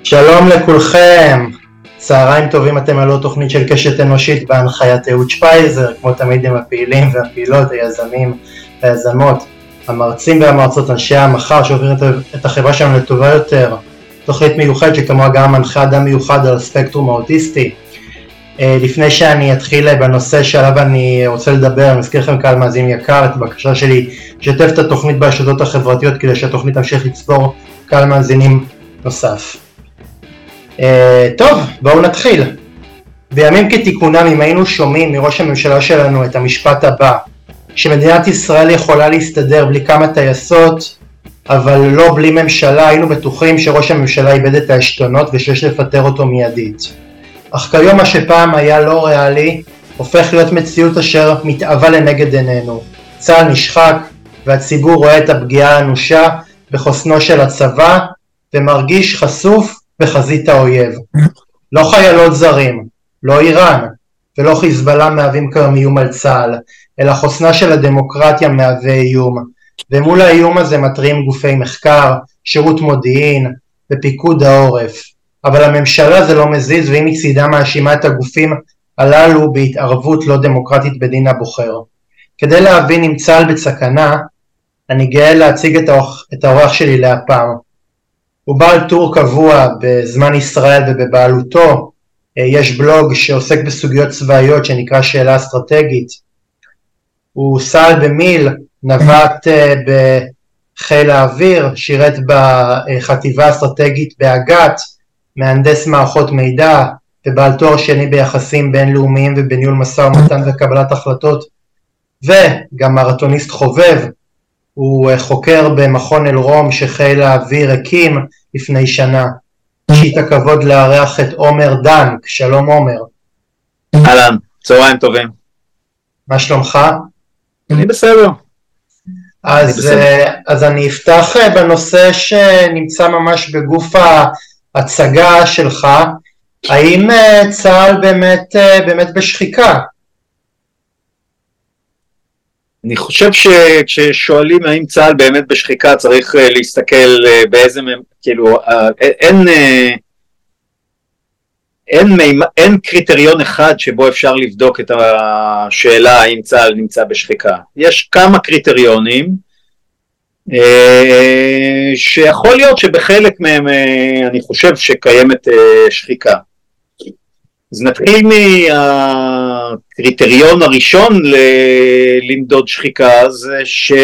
שלום לכולכם, צהריים טובים, אתם על עוד תוכנית של קשת אנושית בהנחיית אהוד שפייזר, כמו תמיד עם הפעילים והפעילות, היזמים והיזמות, המרצים והמרצות, אנשי המחר שעוברים את החברה שלנו לטובה יותר, תוכנית מיוחדת שכמוה גם מנחה אדם מיוחד על הספקטרום האוטיסטי. לפני שאני אתחיל בנושא שעליו אני רוצה לדבר, אני מזכיר לכם קהל מאזין יקר, את הבקשה שלי לשתף את התוכנית ברשתות החברתיות כדי שהתוכנית תמשיך לצבור קהל מאזינים נוסף. טוב, בואו נתחיל. בימים כתיקונם, אם היינו שומעים מראש הממשלה שלנו את המשפט הבא, שמדינת ישראל יכולה להסתדר בלי כמה טייסות, אבל לא בלי ממשלה, היינו בטוחים שראש הממשלה איבד את העשתונות ושיש לפטר אותו מיידית. אך כיום מה שפעם היה לא ריאלי, הופך להיות מציאות אשר מתאווה לנגד עינינו. צה"ל נשחק, והציבור רואה את הפגיעה האנושה בחוסנו של הצבא, ומרגיש חשוף בחזית האויב. לא חיילות זרים, לא איראן ולא חיזבאללה מהווים כיום איום על צה"ל, אלא חוסנה של הדמוקרטיה מהווה איום, ומול האיום הזה מתריעים גופי מחקר, שירות מודיעין ופיקוד העורף. אבל הממשלה זה לא מזיז, והיא מצידה מאשימה את הגופים הללו בהתערבות לא דמוקרטית בדין הבוחר. כדי להבין אם צה"ל בסכנה, אני גאה להציג את האורח שלי להפעם. הוא בעל טור קבוע בזמן ישראל ובבעלותו יש בלוג שעוסק בסוגיות צבאיות שנקרא שאלה אסטרטגית. הוא סל במיל, נווט בחיל האוויר, שירת בחטיבה האסטרטגית באג"ת, מהנדס מערכות מידע ובעל תואר שני ביחסים בינלאומיים ובניהול משא ומתן וקבלת החלטות, וגם מרתוניסט חובב. הוא חוקר במכון אלרום שחיל האוויר הקים לפני שנה. יש לי את הכבוד לארח את עומר דנק. שלום עומר. אהלן, צהריים טובים. מה שלומך? אני בסדר. אז אני אפתח בנושא שנמצא ממש בגוף ההצגה שלך. האם צה"ל באמת בשחיקה? אני חושב שכששואלים האם צה"ל באמת בשחיקה צריך להסתכל באיזה, כאילו, אין קריטריון אחד שבו אפשר לבדוק את השאלה האם צה"ל נמצא בשחיקה. יש כמה קריטריונים שיכול להיות שבחלק מהם אני חושב שקיימת שחיקה. אז נתחיל מהקריטריון הראשון למדוד שחיקה, זה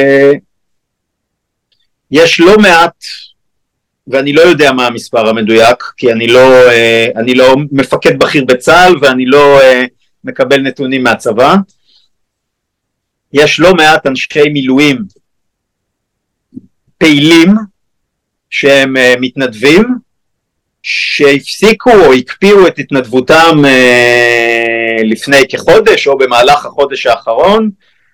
שיש לא מעט, ואני לא יודע מה המספר המדויק, כי אני לא מפקד בכיר בצה"ל, ואני לא מקבל נתונים מהצבא. יש לא מעט אנשי מילואים פעילים, שהם מתנדבים, שהפסיקו או הקפיאו את התנדבותם לפני כחודש או במהלך החודש האחרון,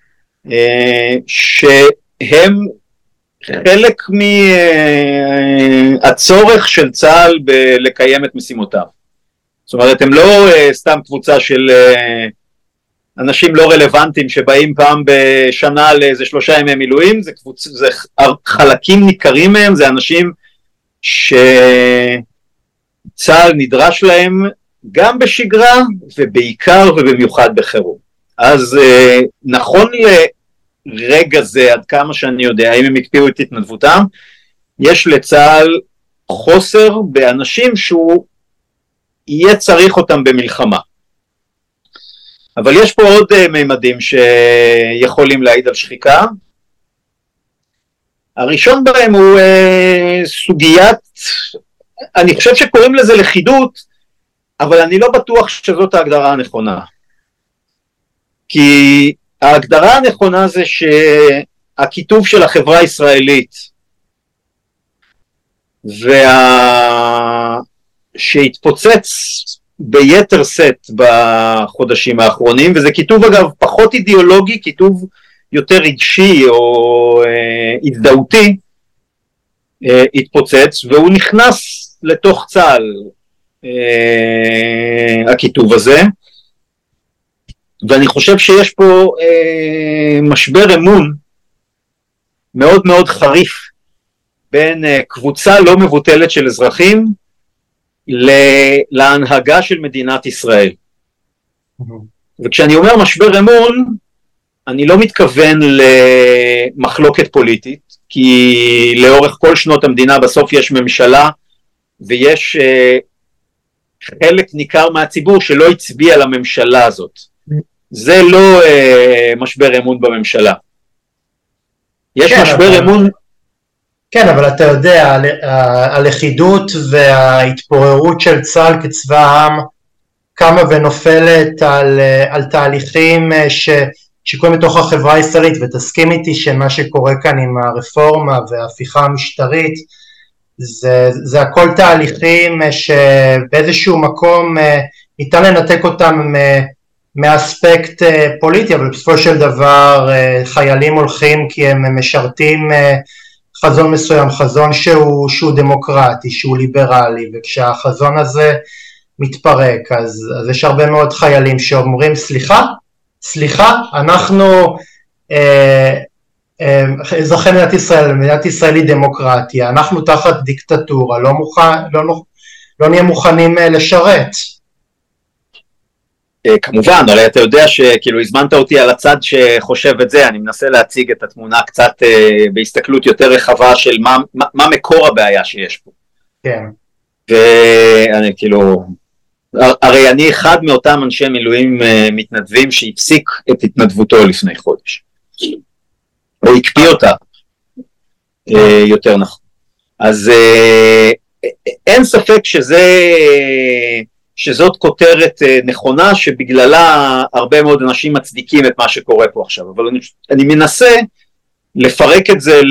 שהם חלק מהצורך של צה"ל לקיים את משימותיו. זאת אומרת, הם לא סתם קבוצה של אנשים לא רלוונטיים שבאים פעם בשנה לאיזה 3 ימי מילואים, זה חלקים ניכרים מהם, זה אנשים צה"ל נדרש להם גם בשגרה ובעיקר ובמיוחד בחירום. אז נכון לרגע זה, עד כמה שאני יודע, אם הם הקפיאו את התנדבותם, יש לצה"ל חוסר באנשים שהוא יהיה צריך אותם במלחמה. אבל יש פה עוד ממדים שיכולים להעיד על שחיקה. הראשון בהם הוא סוגיית, אני חושב שקוראים לזה לכידות, אבל אני לא בטוח שזאת ההגדרה הנכונה. כי ההגדרה הנכונה זה שהכיתוב של החברה הישראלית, שהתפוצץ ביתר סט בחודשים האחרונים, וזה כיתוב אגב פחות אידיאולוגי, כיתוב יותר רגשי או הזדהותי, התפוצץ, והוא נכנס לתוך צה"ל, הכיתוב הזה, ואני חושב שיש פה משבר אמון מאוד מאוד חריף בין קבוצה לא מבוטלת של אזרחים להנהגה של מדינת ישראל. וכשאני אומר משבר אמון, אני לא מתכוון למחלוקת פוליטית, כי לאורך כל שנות המדינה בסוף יש ממשלה, ויש חלק ניכר מהציבור שלא הצביע לממשלה הזאת. זה לא משבר אמון בממשלה. יש משבר אמון... כן, אבל אתה יודע, הלכידות וההתפוררות של צה"ל כצבא העם, קמה ונופלת על תהליכים שקורים בתוך החברה הישראלית, ותסכים איתי שמה שקורה כאן עם הרפורמה וההפיכה המשטרית, זה הכל תהליכים שבאיזשהו מקום ניתן לנתק אותם מאספקט פוליטי, אבל בסופו של דבר חיילים הולכים כי הם משרתים חזון מסוים, חזון שהוא דמוקרטי, שהוא ליברלי, וכשהחזון הזה מתפרק, אז יש הרבה מאוד חיילים שאומרים, סליחה, אנחנו אזרחי מדינת ישראל היא דמוקרטיה, אנחנו תחת דיקטטורה, לא נהיה מוכנים לשרת. כמובן, הרי אתה יודע שכאילו הזמנת אותי על הצד שחושב את זה, אני מנסה להציג את התמונה קצת בהסתכלות יותר רחבה של מה מקור הבעיה שיש פה. כן. ואני כאילו, הרי אני אחד מאותם אנשי מילואים מתנדבים שהפסיק את התנדבותו לפני חודש. או הקפיא אותה, יותר נכון. אז אין ספק שזאת כותרת נכונה, שבגללה הרבה מאוד אנשים מצדיקים את מה שקורה פה עכשיו, אבל אני מנסה לפרק את זה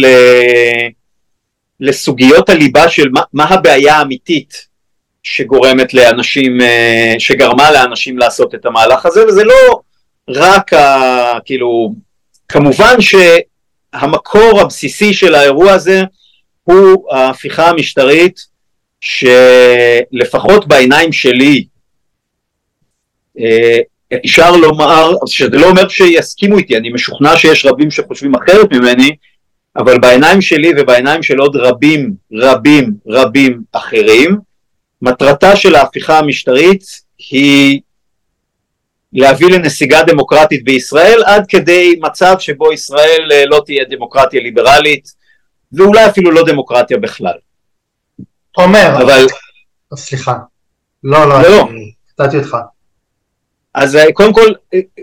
לסוגיות הליבה של מה הבעיה האמיתית שגורמת לאנשים, שגרמה לאנשים לעשות את המהלך הזה, וזה לא רק כאילו, כמובן שהמקור הבסיסי של האירוע הזה הוא ההפיכה המשטרית, שלפחות בעיניים שלי אפשר לומר, שזה לא אומר שיסכימו איתי, אני משוכנע שיש רבים שחושבים אחרת ממני, אבל בעיניים שלי ובעיניים של עוד רבים אחרים, מטרתה של ההפיכה המשטרית היא להביא לנסיגה דמוקרטית בישראל, עד כדי מצב שבו ישראל לא תהיה דמוקרטיה ליברלית, ואולי אפילו לא דמוקרטיה בכלל. אבל... סליחה. לא, קטעתי אותך. אז קודם כל,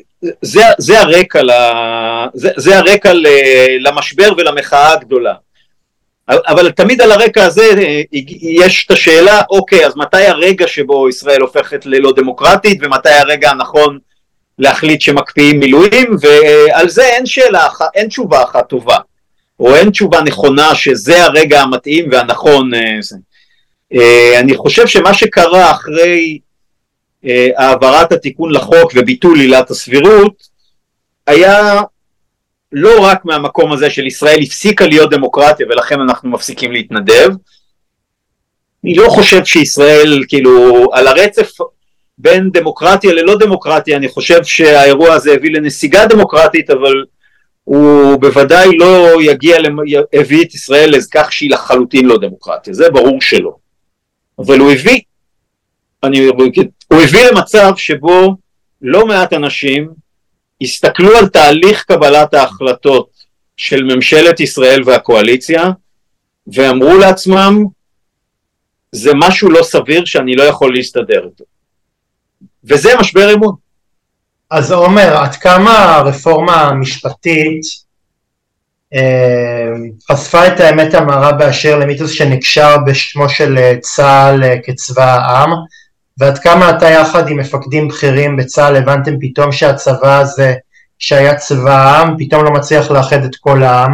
זה הרקע למשבר ולמחאה הגדולה. אבל תמיד על הרקע הזה יש את השאלה, אוקיי, אז מתי הרגע שבו ישראל הופכת ללא דמוקרטית, ומתי הרגע הנכון להחליט שמקפיאים מילואים, ועל זה אין תשובה אחת טובה, או אין תשובה נכונה שזה הרגע המתאים והנכון. אני חושב שמה שקרה אחרי העברת התיקון לחוק וביטול עילת הסבירות, היה לא רק מהמקום הזה של ישראל הפסיקה להיות דמוקרטיה ולכן אנחנו מפסיקים להתנדב. אני לא חושב שישראל כאילו על הרצף בין דמוקרטיה ללא דמוקרטיה, אני חושב שהאירוע הזה הביא לנסיגה דמוקרטית, אבל הוא בוודאי לא הביא את ישראל לכך שהיא לחלוטין לא דמוקרטיה, זה ברור שלא. אבל הוא הביא למצב שבו לא מעט אנשים הסתכלו על תהליך קבלת ההחלטות של ממשלת ישראל והקואליציה, ואמרו לעצמם, זה משהו לא סביר שאני לא יכול להסתדר איתו. וזה משבר אמון. אז עומר, עד כמה הרפורמה המשפטית חשפה את האמת המרה באשר למיתוס שנקשר בשמו של צה"ל כצבא העם, ועד כמה אתה יחד עם מפקדים בכירים בצה"ל הבנתם פתאום שהצבא הזה שהיה צבא העם פתאום לא מצליח לאחד את כל העם?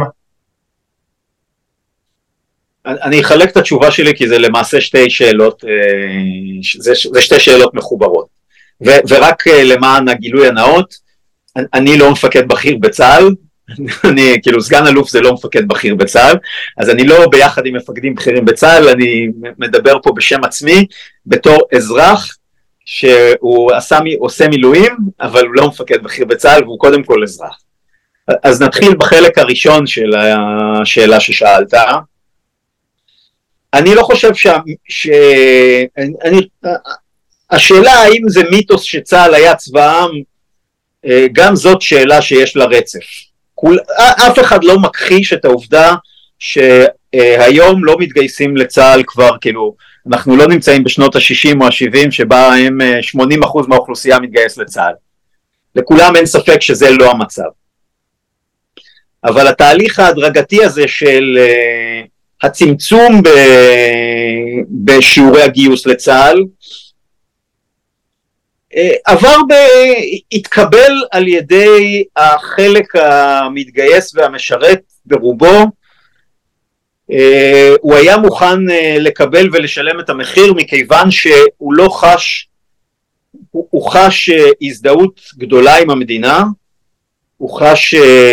אני אחלק את התשובה שלי כי זה למעשה שתי שאלות, זה שתי שאלות מחוברות, ורק למען הגילוי הנאות, אני לא מפקד בכיר בצה"ל, אני כאילו סגן אלוף זה לא מפקד בכיר בצה"ל, אז אני לא ביחד עם מפקדים בכירים בצה"ל, אני מדבר פה בשם עצמי בתור אזרח שהוא עושה מילואים, אבל הוא לא מפקד בכיר בצה"ל והוא קודם כל אזרח. אז נתחיל בחלק הראשון של השאלה ששאלת. אני לא חושב השאלה האם זה מיתוס שצה"ל היה צבא עם, גם זאת שאלה שיש לה רצף. אף אחד לא מכחיש את העובדה שהיום לא מתגייסים לצה"ל כבר, כאילו, אנחנו לא נמצאים בשנות ה-60 או ה-70 שבה הם 80% מהאוכלוסייה מתגייס לצה"ל. לכולם אין ספק שזה לא המצב. אבל התהליך ההדרגתי הזה של הצמצום בשיעורי הגיוס לצה"ל, התקבל על ידי החלק המתגייס והמשרת ברובו, הוא היה מוכן לקבל ולשלם את המחיר מכיוון שהוא לא חש, הוא חש הזדהות גדולה עם המדינה, הוא חש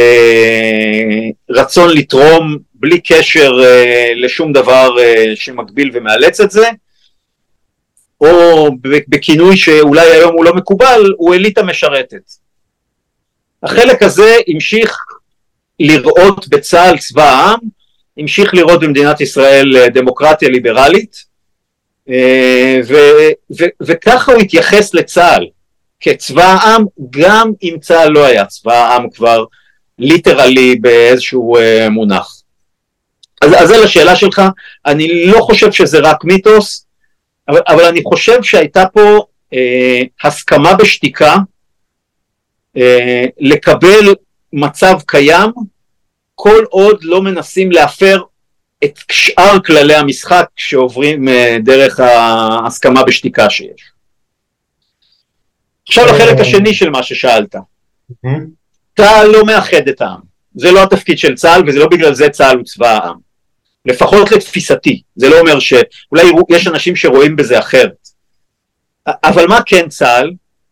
רצון לתרום בלי קשר לשום דבר שמקביל ומאלץ את זה, או בכינוי שאולי היום הוא לא מקובל, הוא אליטה משרתת. החלק הזה המשיך לראות בצה"ל צבא העם, המשיך לראות במדינת ישראל דמוקרטיה ליברלית, וככה הוא התייחס לצה"ל, כצבא העם, גם אם צה"ל לא היה צבא העם כבר ליטרלי באיזשהו מונח. אז זה לשאלה שלך, אני לא חושב שזה רק מיתוס, אבל אני חושב שהייתה פה הסכמה בשתיקה, לקבל מצב קיים, כל עוד לא מנסים להפר את שאר כללי המשחק שעוברים דרך ההסכמה בשתיקה שיש. עכשיו לחלק השני של מה ששאלת. צה"ל לא מאחד את העם. זה לא התפקיד של צה"ל, וזה לא בגלל זה צה"ל הוא צבא העם. לפחות לתפיסתי. זה לא אומר שאולי יש אנשים שרואים בזה אחרת. אבל מה כן צה"ל?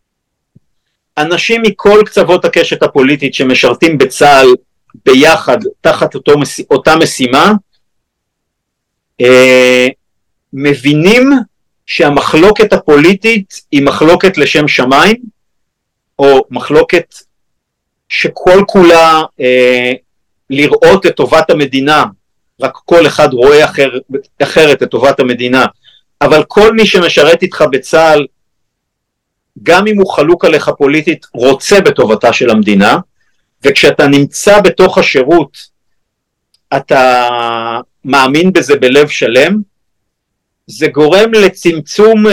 אנשים מכל קצוות הקשת הפוליטית שמשרתים בצה"ל ביחד תחת אותה משימה, מבינים שהמחלוקת הפוליטית היא מחלוקת לשם שמיים, או מחלוקת שכל כולה לראות את טובת המדינה, רק כל אחד רואה אחרת את טובת המדינה, אבל כל מי שמשרת איתך בצה"ל, גם אם הוא חלוק עליך פוליטית, רוצה בטובתה של המדינה, וכשאתה נמצא בתוך השירות, אתה מאמין בזה בלב שלם, זה גורם לצמצום,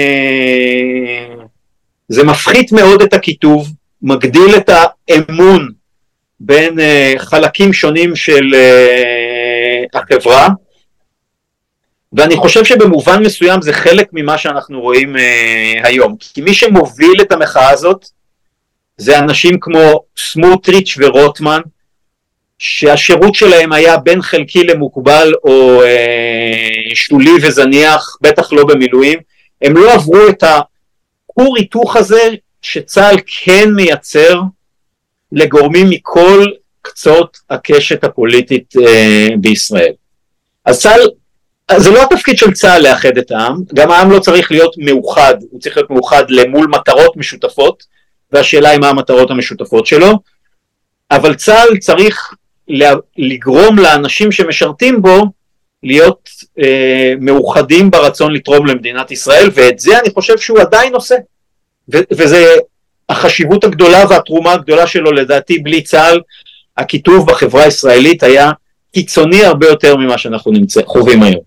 זה מפחית מאוד את הכיתוב, מגדיל את האמון בין חלקים שונים של החברה, ואני חושב שבמובן מסוים זה חלק ממה שאנחנו רואים היום, כי מי שמוביל את המחאה הזאת, זה אנשים כמו סמוטריץ' ורוטמן, שהשירות שלהם היה בין חלקי למוקבל או שולי וזניח, בטח לא במילואים, הם לא עברו את הכור היתוך הזה שצה"ל כן מייצר לגורמים מכל קצות הקשת הפוליטית בישראל. אז צה"ל, זה לא התפקיד של צה"ל לאחד את העם, גם העם לא צריך להיות מאוחד, הוא צריך להיות מאוחד למול מטרות משותפות, והשאלה היא מה המטרות המשותפות שלו, אבל צה"ל צריך לגרום לאנשים שמשרתים בו להיות מאוחדים ברצון לתרום למדינת ישראל, ואת זה אני חושב שהוא עדיין עושה, וזה החשיבות הגדולה והתרומה הגדולה שלו. לדעתי בלי צה"ל הכיתוב בחברה הישראלית היה קיצוני הרבה יותר ממה שאנחנו חווים היום.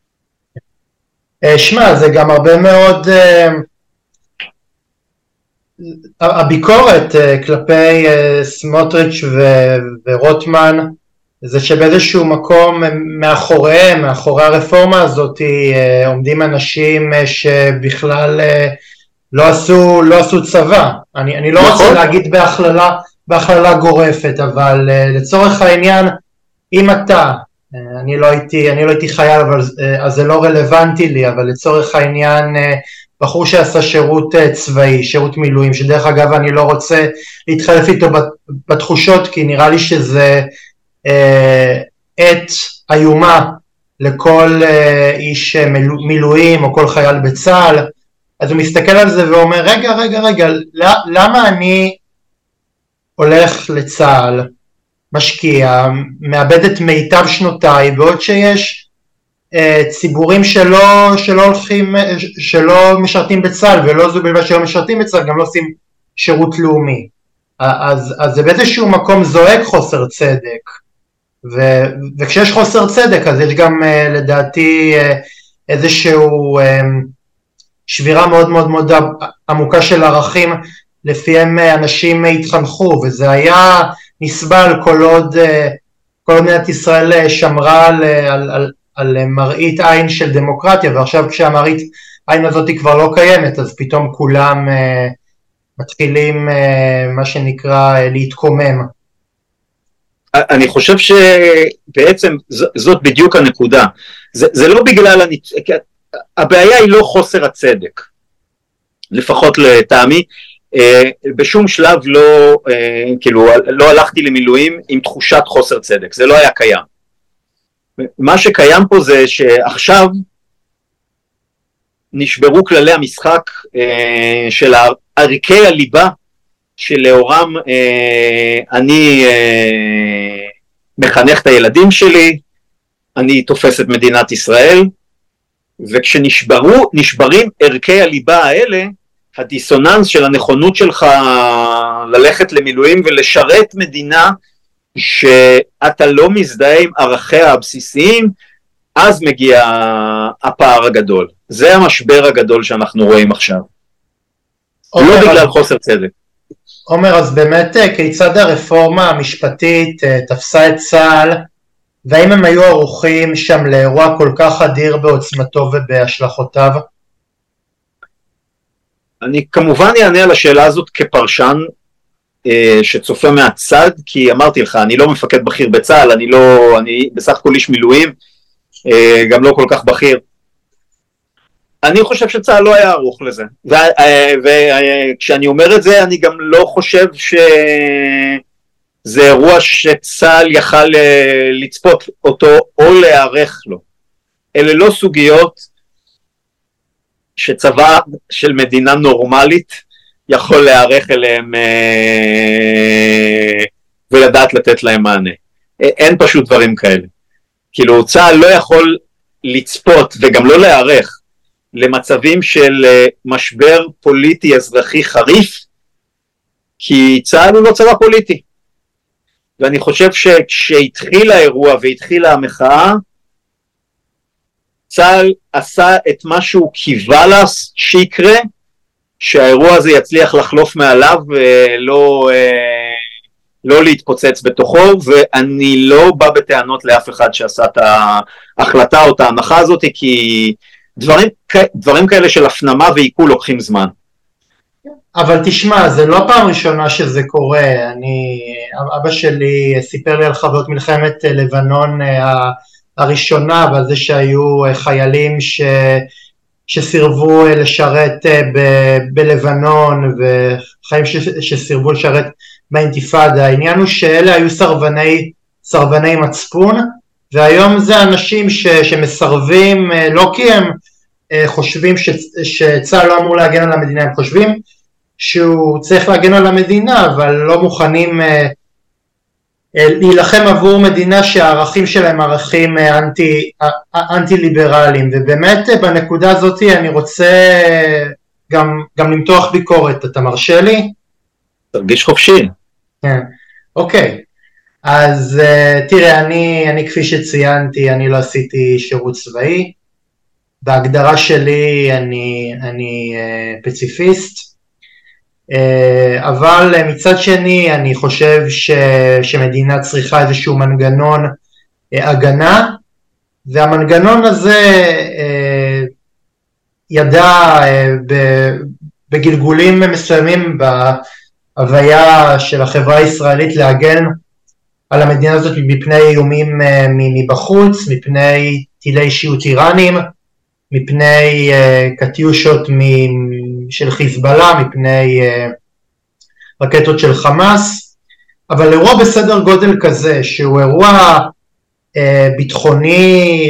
שמע, זה גם הרבה מאוד הביקורת כלפי סמוטריץ' ורוטמן, זה שבאיזשהו מקום מאחורי הרפורמה הזאת עומדים אנשים שבכלל לא עשו צבא. אני לא רוצה להגיד בהכללה גורפת, אבל לצורך העניין, אם אתה, אני לא הייתי חייל, אז זה לא רלוונטי לי, אבל לצורך העניין, בחור שעשה שירות צבאי, שירות מילואים, שדרך אגב אני לא רוצה להתחלף איתו בתחושות, כי נראה לי שזה עת איומה לכל איש מילואים או כל חייל בצה"ל. אז הוא מסתכל על זה ואומר, רגע, למה אני הולך לצה"ל, משקיע, מאבד את מיטב שנותיי, בעוד שיש ציבורים שלא הולכים, שלא משרתים בצה"ל, ולא זו בלבד שלא משרתים בצה"ל, גם לא עושים שירות לאומי. אז זה באיזשהו מקום זועק חוסר צדק, וכשיש חוסר צדק אז יש גם לדעתי איזשהו שבירה מאוד מאוד מאוד עמוקה של ערכים לפיהם אנשים התחנכו, וזה היה נסבל כל עוד מדינת ישראל שמרה על מראית עין של דמוקרטיה, ועכשיו כשהמראית עין הזאת כבר לא קיימת, אז פתאום כולם מתחילים מה שנקרא להתקומם. אני חושב שבעצם זאת בדיוק הנקודה. זה לא בגלל, הבעיה היא לא חוסר הצדק, לפחות לטעמי. בשום שלב לא הלכתי למילואים עם תחושת חוסר צדק, זה לא היה קיים. מה שקיים פה זה שעכשיו נשברו כללי המשחק של ערכי הליבה שלאורם אני מחנך את הילדים שלי, אני תופס את מדינת ישראל, וכשנשברים ערכי הליבה האלה, הדיסוננס של הנכונות שלך ללכת למילואים ולשרת מדינה שאתה לא מזדהה עם ערכיה הבסיסיים, אז מגיע הפער הגדול. זה המשבר הגדול שאנחנו רואים עכשיו. לא בגלל חוסר צדק. עומר, אז באמת כיצד הרפורמה המשפטית תפסה את צה"ל, והאם הם היו ערוכים שם לאירוע כל כך אדיר בעוצמתו ובהשלכותיו? אני כמובן אענה על השאלה הזאת כפרשן שצופה מהצד, כי אמרתי לך, אני לא מפקד בכיר בצה"ל, אני בסך הכל איש מילואים, גם לא כל כך בכיר. אני חושב שצה"ל לא היה ערוך לזה, וכשאני אומר את זה, אני גם לא חושב שזה אירוע שצה"ל יכל לצפות אותו או להיערך לו. אלה לא סוגיות שצבא של מדינה נורמלית יכול להיערך אליהם ולדעת לתת להם מענה. אין פשוט דברים כאלה. כאילו צה"ל לא יכול לצפות וגם לא להיערך למצבים של משבר פוליטי אזרחי חריף, כי צה"ל הוא לא צבא פוליטי. ואני חושב שכשהתחיל האירוע והתחילה המחאה, צה"ל עשה את מה שהוא קיווה לה שיקרה, שהאירוע הזה יצליח לחלוף מעליו ולא לא להתפוצץ בתוכו, ואני לא בא בטענות לאף אחד שעשה את ההחלטה או את ההנחה הזאת, כי דברים כאלה של הפנמה ועיכול לוקחים זמן. אבל תשמע, זה לא פעם ראשונה שזה קורה. אבא שלי סיפר לי על חוויות מלחמת לבנון הראשונה, ועל זה שהיו חיילים שסירבו לשרת בלבנון, וחיים שסירבו לשרת באינתיפאדה. העניין הוא שאלה היו סרבני מצפון, והיום זה אנשים שמסרבים, לא כי הם חושבים שצה"ל לא אמור להגן על המדינה, הם חושבים שהוא צריך להגן על המדינה, אבל לא מוכנים להילחם עבור מדינה שהערכים שלהם ערכים אנטי-ליברליים. ובאמת בנקודה הזאת אני רוצה גם למתוח ביקורת. אתה מרשה לי? תרגיש חופשי. כן, אוקיי. אז תראה, אני כפי שציינתי, אני לא עשיתי שירות צבאי. בהגדרה שלי אני פציפיסט. אבל מצד שני אני חושב שמדינה צריכה איזשהו מנגנון הגנה, והמנגנון הזה ידע בגלגולים מסוימים בהוויה של החברה הישראלית להגן על המדינה הזאת מפני איומים מבחוץ, מפני טילי אישיות איראנים, מפני קטיושות של חיזבאללה, מפני רקטות של חמאס. אבל אירוע בסדר גודל כזה, שהוא אירוע ביטחוני,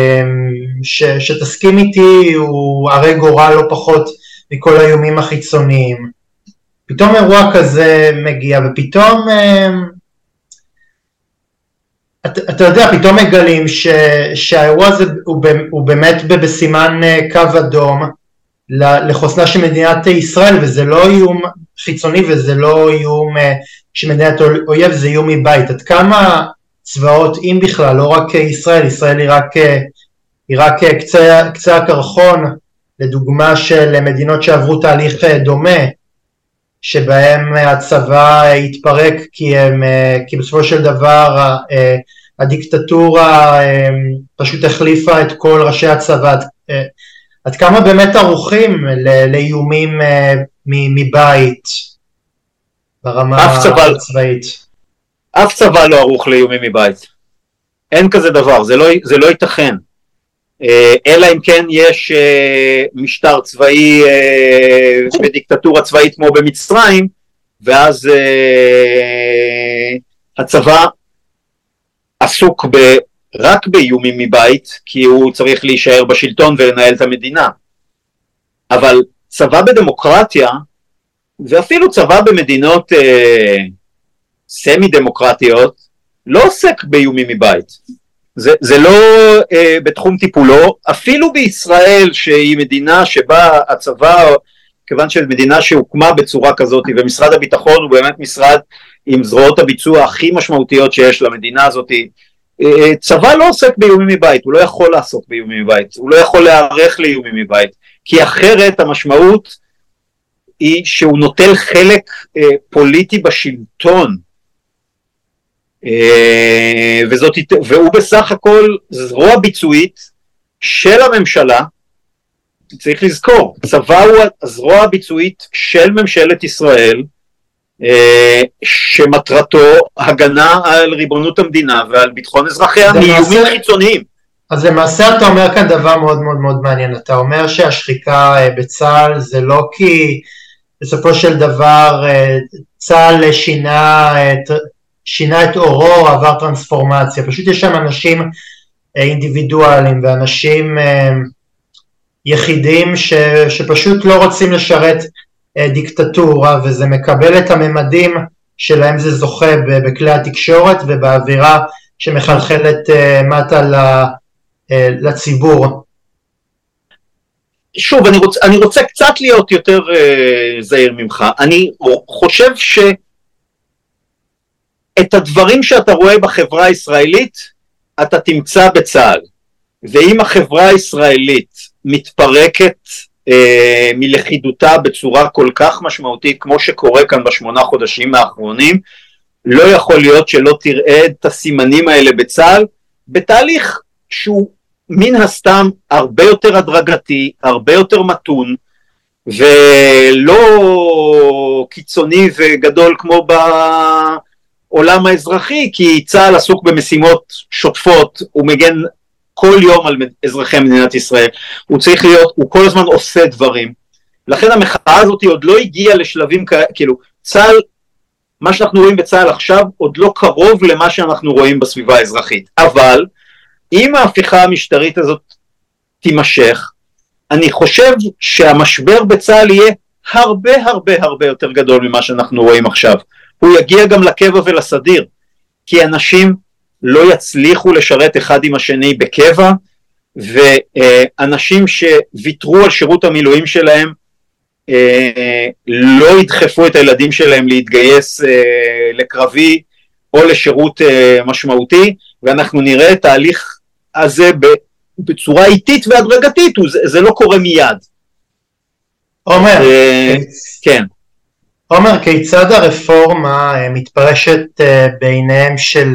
שתסכים איתי, הוא הרי גורל לא פחות מכל האיומים החיצוניים. פתאום אירוע כזה מגיע, ופתאום אתה יודע, פתאום מגלים שהאירוע הזה הוא באמת בסימן קו אדום לחוסנה של מדינת ישראל, וזה לא איום חיצוני וזה לא איום של מדינת אויב, זה איום מבית. עד כמה צבאות, אם בכלל, לא רק ישראל, ישראל היא רק קצה הקרחון, לדוגמה של מדינות שעברו תהליך דומה, שבהם הצבא התפרק כי בסופו של דבר הדיקטטורה פשוט החליפה את כל ראשי הצבא. עד כמה באמת ערוכים לאיומים מבית ברמה הצבאית? אף צבא לא ערוך לאיומים מבית. אין כזה דבר, זה לא ייתכן. אלא אם כן יש משטר צבאי ודיקטטורה צבאית כמו במצרים, ואז הצבא עסוק רק באיומים מבית, כי הוא צריך להישאר בשלטון ולנהל את המדינה. אבל צבא בדמוקרטיה, ואפילו צבא במדינות סמי דמוקרטיות, לא עוסק באיומים מבית. זה לא בתחום טיפולו, אפילו בישראל שהיא מדינה שבה הצבא, כיוון של מדינה שהוקמה בצורה כזאת, ומשרד הביטחון הוא באמת משרד עם זרועות הביצוע הכי משמעותיות שיש למדינה הזאת, צבא לא עוסק באיומים מבית, הוא לא יכול לעסוק באיומים מבית, הוא לא יכול להיערך לאיומים מבית, כי אחרת המשמעות היא שהוא נוטל חלק פוליטי בשלטון, והוא בסך הכל זרוע ביצועית של הממשלה. צריך לזכור, צבא הוא הזרוע הביצועית של ממשלת ישראל, שמטרתו הגנה על ריבונות המדינה ועל ביטחון אזרחיה מאיומים חיצוניים. אז למעשה אתה אומר כאן דבר מאוד מאוד מאוד מעניין, אתה אומר שהשחיקה בצה"ל זה לא כי בסופו של דבר צה"ל שינה את אורו, עבר טרנספורמציה, פשוט יש שם אנשים אינדיבידואליים ואנשים יחידים שפשוט לא רוצים לשרת דיקטטורה, וזה מקבל את הממדים שלהם זה זוכה בכלי התקשורת ובאווירה שמחלחלת מטה לציבור. שוב, אני רוצה קצת להיות יותר זהיר ממך. אני חושב את הדברים שאתה רואה בחברה הישראלית, אתה תמצא בצה"ל. ואם החברה הישראלית מתפרקת מלכידותה בצורה כל כך משמעותית, כמו שקורה כאן ב8 חודשים האחרונים, לא יכול להיות שלא תראה את הסימנים האלה בצה"ל, בתהליך שהוא מן הסתם הרבה יותר הדרגתי, הרבה יותר מתון, ולא קיצוני וגדול כמו בעולם האזרחי, כי צה"ל עסוק במשימות שוטפות, הוא מגן כל יום על אזרחי מדינת ישראל, הוא כל הזמן עושה דברים, לכן המחאה הזאת עוד לא הגיעה לשלבים כאילו, צה"ל, מה שאנחנו רואים בצה"ל עכשיו, עוד לא קרוב למה שאנחנו רואים בסביבה האזרחית, אבל אם ההפיכה המשטרית הזאת תימשך, אני חושב שהמשבר בצה"ל יהיה הרבה הרבה הרבה יותר גדול ממה שאנחנו רואים עכשיו, הוא יגיע גם לקבע ולסדיר, כי אנשים לא יצליחו לשרת אחד עם השני בקבע, ואנשים שוויתרו על שירות המילואים שלהם, לא ידחפו את הילדים שלהם להתגייס לקרבי, או לשירות משמעותי, ואנחנו נראה את ההליך הזה בצורה איטית והדרגתית, זה לא קורה מיד. עומר, כן. עומר, כיצד הרפורמה מתפרשת בעיניהם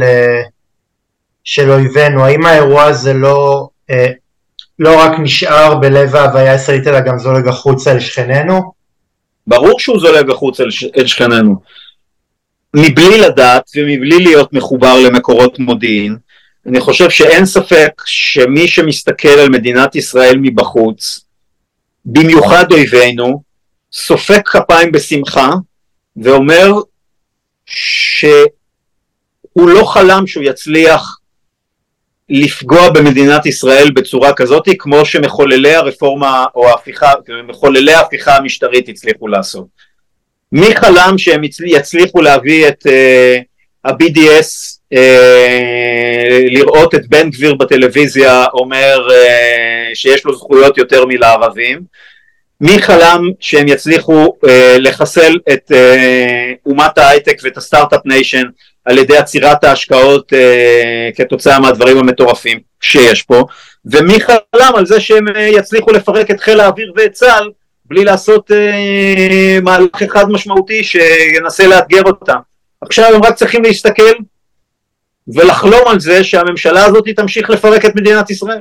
של אויבינו? האם האירוע הזה לא רק נשאר בלב ההוויה הישראלית, אלא גם זולג החוצה אל שכנינו? ברור שהוא זולג החוצה אל שכנינו. מבלי לדעת ומבלי להיות מחובר למקורות מודיעין, אני חושב שאין ספק שמי שמסתכל על מדינת ישראל מבחוץ, במיוחד אויבינו, סופק כפיים בשמחה, ואומר שהוא לא חלם שהוא יצליח לפגוע במדינת ישראל בצורה כזאת, כמו שמחוללי הרפורמה או מחוללי ההפיכה המשטרית הצליחו לעשות. מי חלם שהם יצליחו להביא את ה-BDS לראות את בן גביר בטלוויזיה אומר שיש לו זכויות יותר מלערבים? מי חלם שהם יצליחו לחסל את אומת ההייטק ואת הסטארט-אפ ניישן על ידי עצירת ההשקעות כתוצאה מהדברים המטורפים שיש פה? ומי חלם על זה שהם יצליחו לפרק את חיל האוויר ואת צה"ל בלי לעשות מהלך אחד משמעותי שינסה לאתגר אותם? עכשיו הם רק צריכים להסתכל ולחלום על זה שהממשלה הזאת תמשיך לפרק את מדינת ישראל.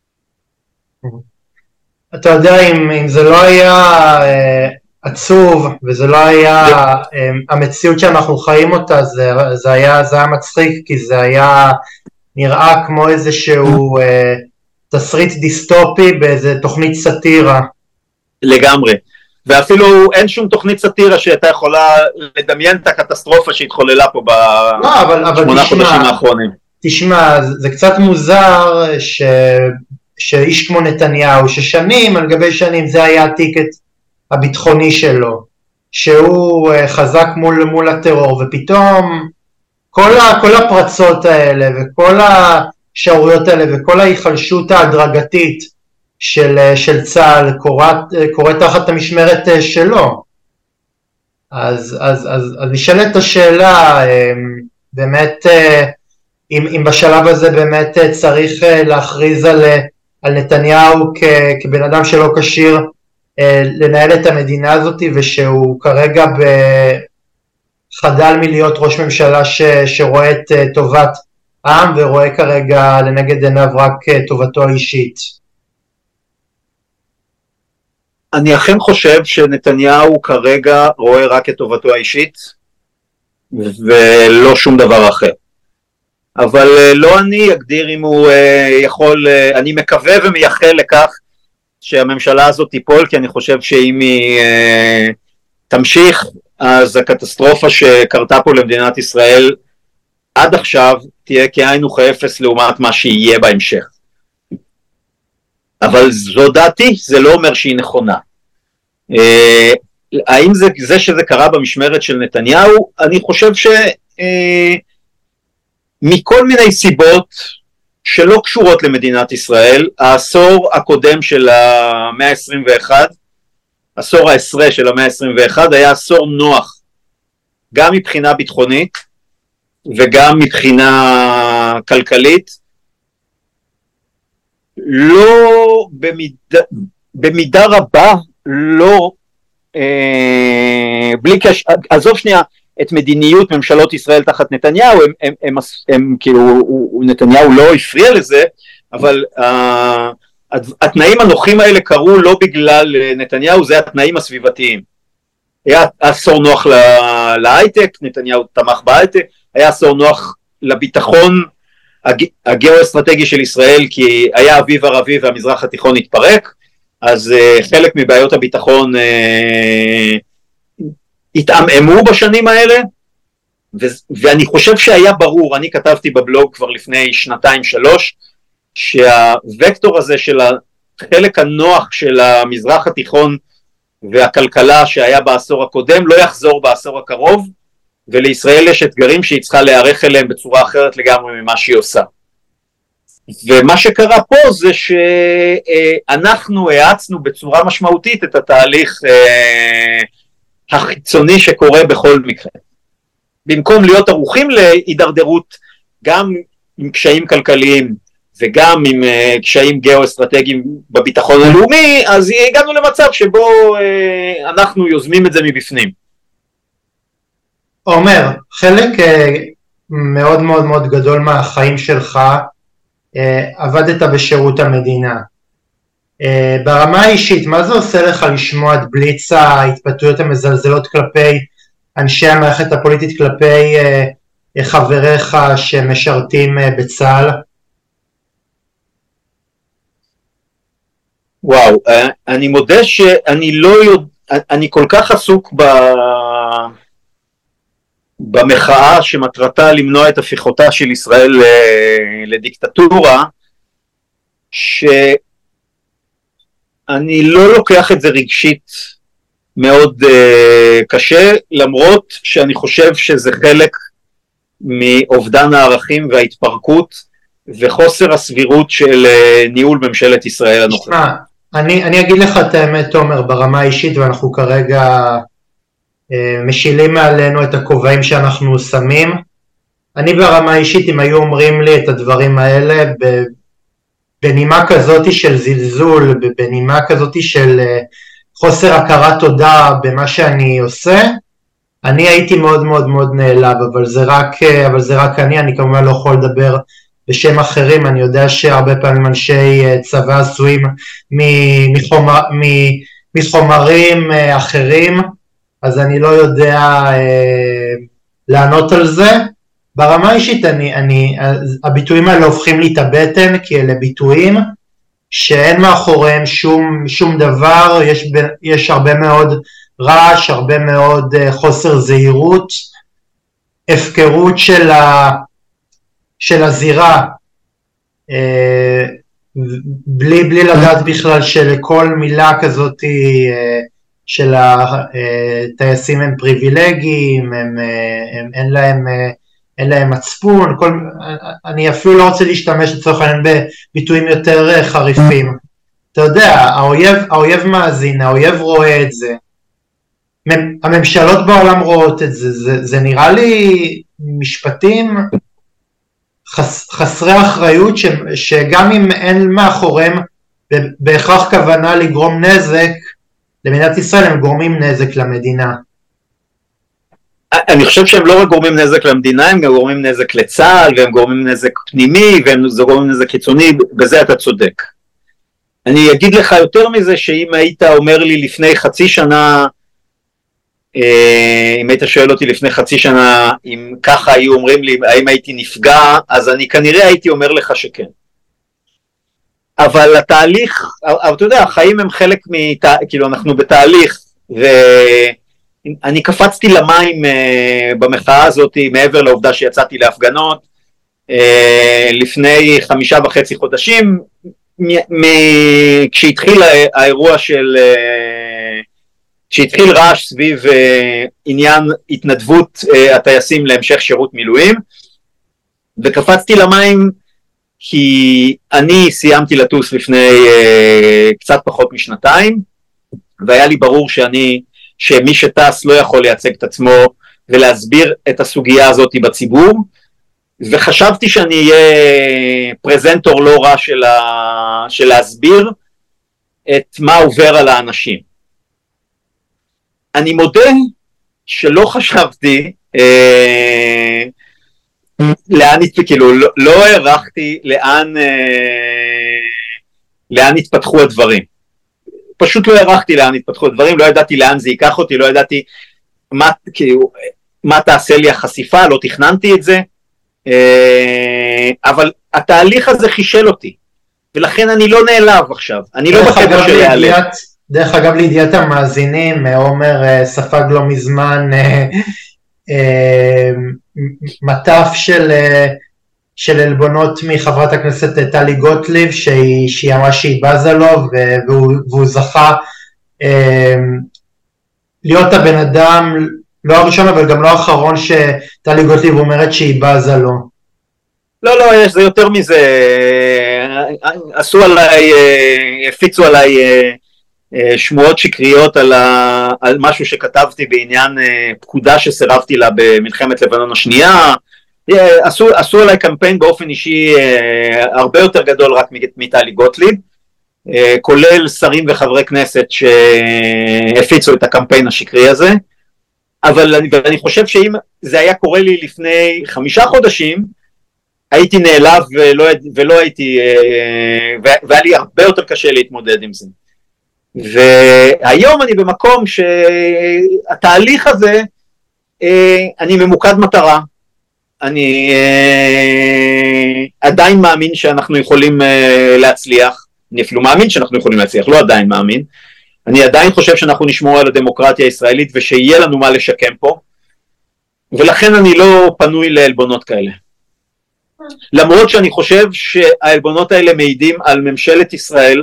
אתה יודע, אם זה לא היה עצוב, וזה לא היה המציאות שאנחנו חיים אותה, זה היה מצחיק, כי זה היה נראה כמו איזשהו תסריט דיסטופי באיזה תוכנית סאטירה. לגמרי. ואפילו אין שום תוכנית סאטירה שהייתה יכולה לדמיין את הקטסטרופה שהתחוללה פה בשמונה חודשים האחרונים. תשמע, זה קצת מוזר שאיש כמו נתניהו, ששנים על גבי שנים זה היה הטיקט הביטחוני שלו, שהוא חזק מול הטרור, ופתאום כל הפרצות האלה וכל השערויות האלה וכל ההיחלשות ההדרגתית של צה"ל קורא תחת המשמרת שלו. אז נשאלת השאלה, באמת, אם בשלב הזה באמת צריך להכריז על נתניהו כבן אדם שלא כשיר לנהל את המדינה הזאת, ושהוא כרגע חדל מלהיות ראש ממשלה שרואה את טובת העם ורואה כרגע לנגד עיניו רק טובתו האישית. אני אכן חושב שנתניהו כרגע רואה רק את טובתו האישית ולא שום דבר אחר. אבל לא אני אגדיר אם הוא יכול, אני מקווה ומייחל לכך שהממשלה הזאת תיפול, כי אני חושב שאם היא תמשיך, אז הקטסטרופה שקרתה פה למדינת ישראל עד עכשיו תהיה כאין וכאפס לעומת מה שיהיה בהמשך. אבל זו דעתי, זה לא אומר שהיא נכונה. האם זה שזה קרה במשמרת של נתניהו? אני חושב מכל מיני סיבות שלא קשורות למדינת ישראל, העשור הקודם של המאה ה-21, עשור העשרה של המאה ה-21, היה עשור נוח, גם מבחינה ביטחונית וגם מבחינה כלכלית, לא במידה רבה, לא, בלי קשר, עזוב שנייה את מדיניות ממשלות ישראל תחת נתניהו, הם כאילו, נתניהו לא הפריע לזה, אבל התנאים הנוחים האלה קרו לא בגלל נתניהו, זה התנאים הסביבתיים. היה עשור נוח להייטק, נתניהו תמך בהייטק, היה עשור נוח לביטחון הגיאו-אסטרטגי של ישראל, כי היה אביב ערבי והמזרח התיכון התפרק, אז חלק מבעיות הביטחון התעממו בשנים האלה, ואני חושב שהיה ברור, אני כתבתי בבלוג כבר לפני 2-3, שהווקטור הזה של החלק הנוח של המזרח התיכון והכלכלה שהיה בעשור הקודם, לא יחזור בעשור הקרוב, ולישראל יש אתגרים שהיא צריכה להיערך אליהם בצורה אחרת לגמרי ממה שהיא עושה. ומה שקרה פה זה שאנחנו האצנו בצורה משמעותית את התהליך החיצוני שקורה בכל מקרה. במקום להיות ערוכים להידרדרות גם עם קשיים כלכליים וגם עם קשיים גיאו-אסטרטגיים בביטחון הלאומי, אז הגענו למצב שבו אנחנו יוזמים את זה מבפנים. עומר, חלק מאוד מאוד מאוד גדול מהחיים שלך עבדת בשירות המדינה. ברמה האישית, מה זה עושה לך לשמוע את בליץ ההתבטאויות המזלזלות כלפי אנשי המערכת הפוליטית, כלפי חבריך שמשרתים בצה"ל? וואו, אני מודה שאני לא יודע, אני כל כך עסוק במחאה שמטרתה למנוע את הפיכתה של ישראל לדיקטטורה, שאני לא לוקח את זה רגשית מאוד קשה, למרות שאני חושב שזה חלק מאובדן הערכים וההתפרקות וחוסר הסבירות של ניהול ממשלת ישראל הנוכחית. אני אגיד לך את האמת, תומר, ברמה האישית, ואנחנו כרגע משילים מעלינו את הכובעים שאנחנו שמים. אני ברמה האישית, אם היו אומרים לי את הדברים האלה בנימה כזאת של זלזול, בנימה כזאת של חוסר הכרת תודה במה שאני עושה, אני הייתי מאוד מאוד מאוד נעלב, אבל זה רק אני כמובן לא יכול לדבר בשם אחרים. אני יודע שהרבה פעמים אנשי צבא עשויים מחומרים אחרים, אז אני לא יודע לענות על זה. ברמה אישית, הביטויים האלה הופכים לי את הבטן, כי אלה ביטויים שאין מאחוריהם שום דבר, יש הרבה מאוד רעש, הרבה מאוד חוסר זהירות, הפקרות של הזירה, בלי לדעת בכלל שלכל מילה כזאת של הטייסים הם פריבילגיים, אין להם מצפון, אני אפילו לא רוצה להשתמש לצורך העניין בביטויים יותר חריפים. אתה יודע, האויב מאזין, האויב רואה את זה, הממשלות בעולם רואות את זה, זה נראה לי משפטים חסרי אחריות, שגם אם אין מאחוריהם בהכרח כוונה לגרום נזק למדינת ישראל, הם גורמים נזק למדינה. אני חושב שהם לא רק גורמים נזק למדינה, הם גם גורמים נזק לצה"ל, והם גורמים נזק פנימי, והם גורמים נזק חיצוני, בזה אתה צודק. אני אגיד לך יותר מזה, שאם היית אומר לי לפני חצי שנה, אם היית שואל אותי לפני חצי שנה, אם ככה היו אומרים לי, האם הייתי נפגע, אז אני כנראה הייתי אומר לך שכן. אבל התהליך, אבל אתה יודע, החיים הם חלק כאילו אנחנו בתהליך, ואני קפצתי למים במחאה הזאת, מעבר לעובדה שיצאתי להפגנות, לפני 5.5 חודשים, כשהתחיל האירוע כשהתחיל רעש סביב עניין התנדבות הטייסים להמשך שירות מילואים, וקפצתי למים כי אני סיימתי לטוס לפני קצת פחות משנתיים, והיה לי ברור שמי שטס לא יכול לייצג את עצמו ולהסביר את הסוגיה הזאת בציבור, וחשבתי שאני אהיה פרזנטור לא רע של להסביר את מה עובר על האנשים. אני מודה שלא חשבתי לאן, כאילו, לא הערכתי לאן התפתחו הדברים. פשוט לא הערכתי לאן התפתחו הדברים, לא ידעתי לאן זה ייקח אותי, לא ידעתי מה תעשה לי החשיפה, לא תכננתי את זה, אבל התהליך הזה חישל אותי, ולכן אני לא נעלב עכשיו, אני לא בקטע של להיעלב. דרך אגב, לידיעת המאזינים, עומר ספג לא מזמן מטף של אלבונות מחברת הכנסת טלי גוטליב, שהיא אמרה שהיא בזה לו, והוא זכה להיות הבן אדם, לא הראשון אבל גם לא האחרון, שטלי גוטליב אומרת שהיא בזה לו. לא, זה יותר מזה, הפיצו עליי שמועות שקריות על משהו שכתבתי בעניין פקודה שסירבתי לה במלחמת לבנון השנייה. עשו עליי קמפיין באופן אישי הרבה יותר גדול רק מטלי גוטליב, כולל שרים וחברי כנסת שהפיצו את הקמפיין השקרי הזה. אבל אני חושב שאם זה היה קורה לי לפני 5 חודשים, הייתי נעלב ולא הייתי, והיה לי הרבה יותר קשה להתמודד עם זה. והיום אני במקום שהתהליך הזה, אני ממוקד מטרה, אני עדיין מאמין שאנחנו יכולים להצליח, אני אפילו מאמין שאנחנו יכולים להצליח, לא עדיין מאמין, אני עדיין חושב שאנחנו נשמור על הדמוקרטיה הישראלית ושיהיה לנו מה לשקם פה, ולכן אני לא פנוי לאלבונות כאלה. למרות שאני חושב שהאלבונות האלה מעידים על ממשלת ישראל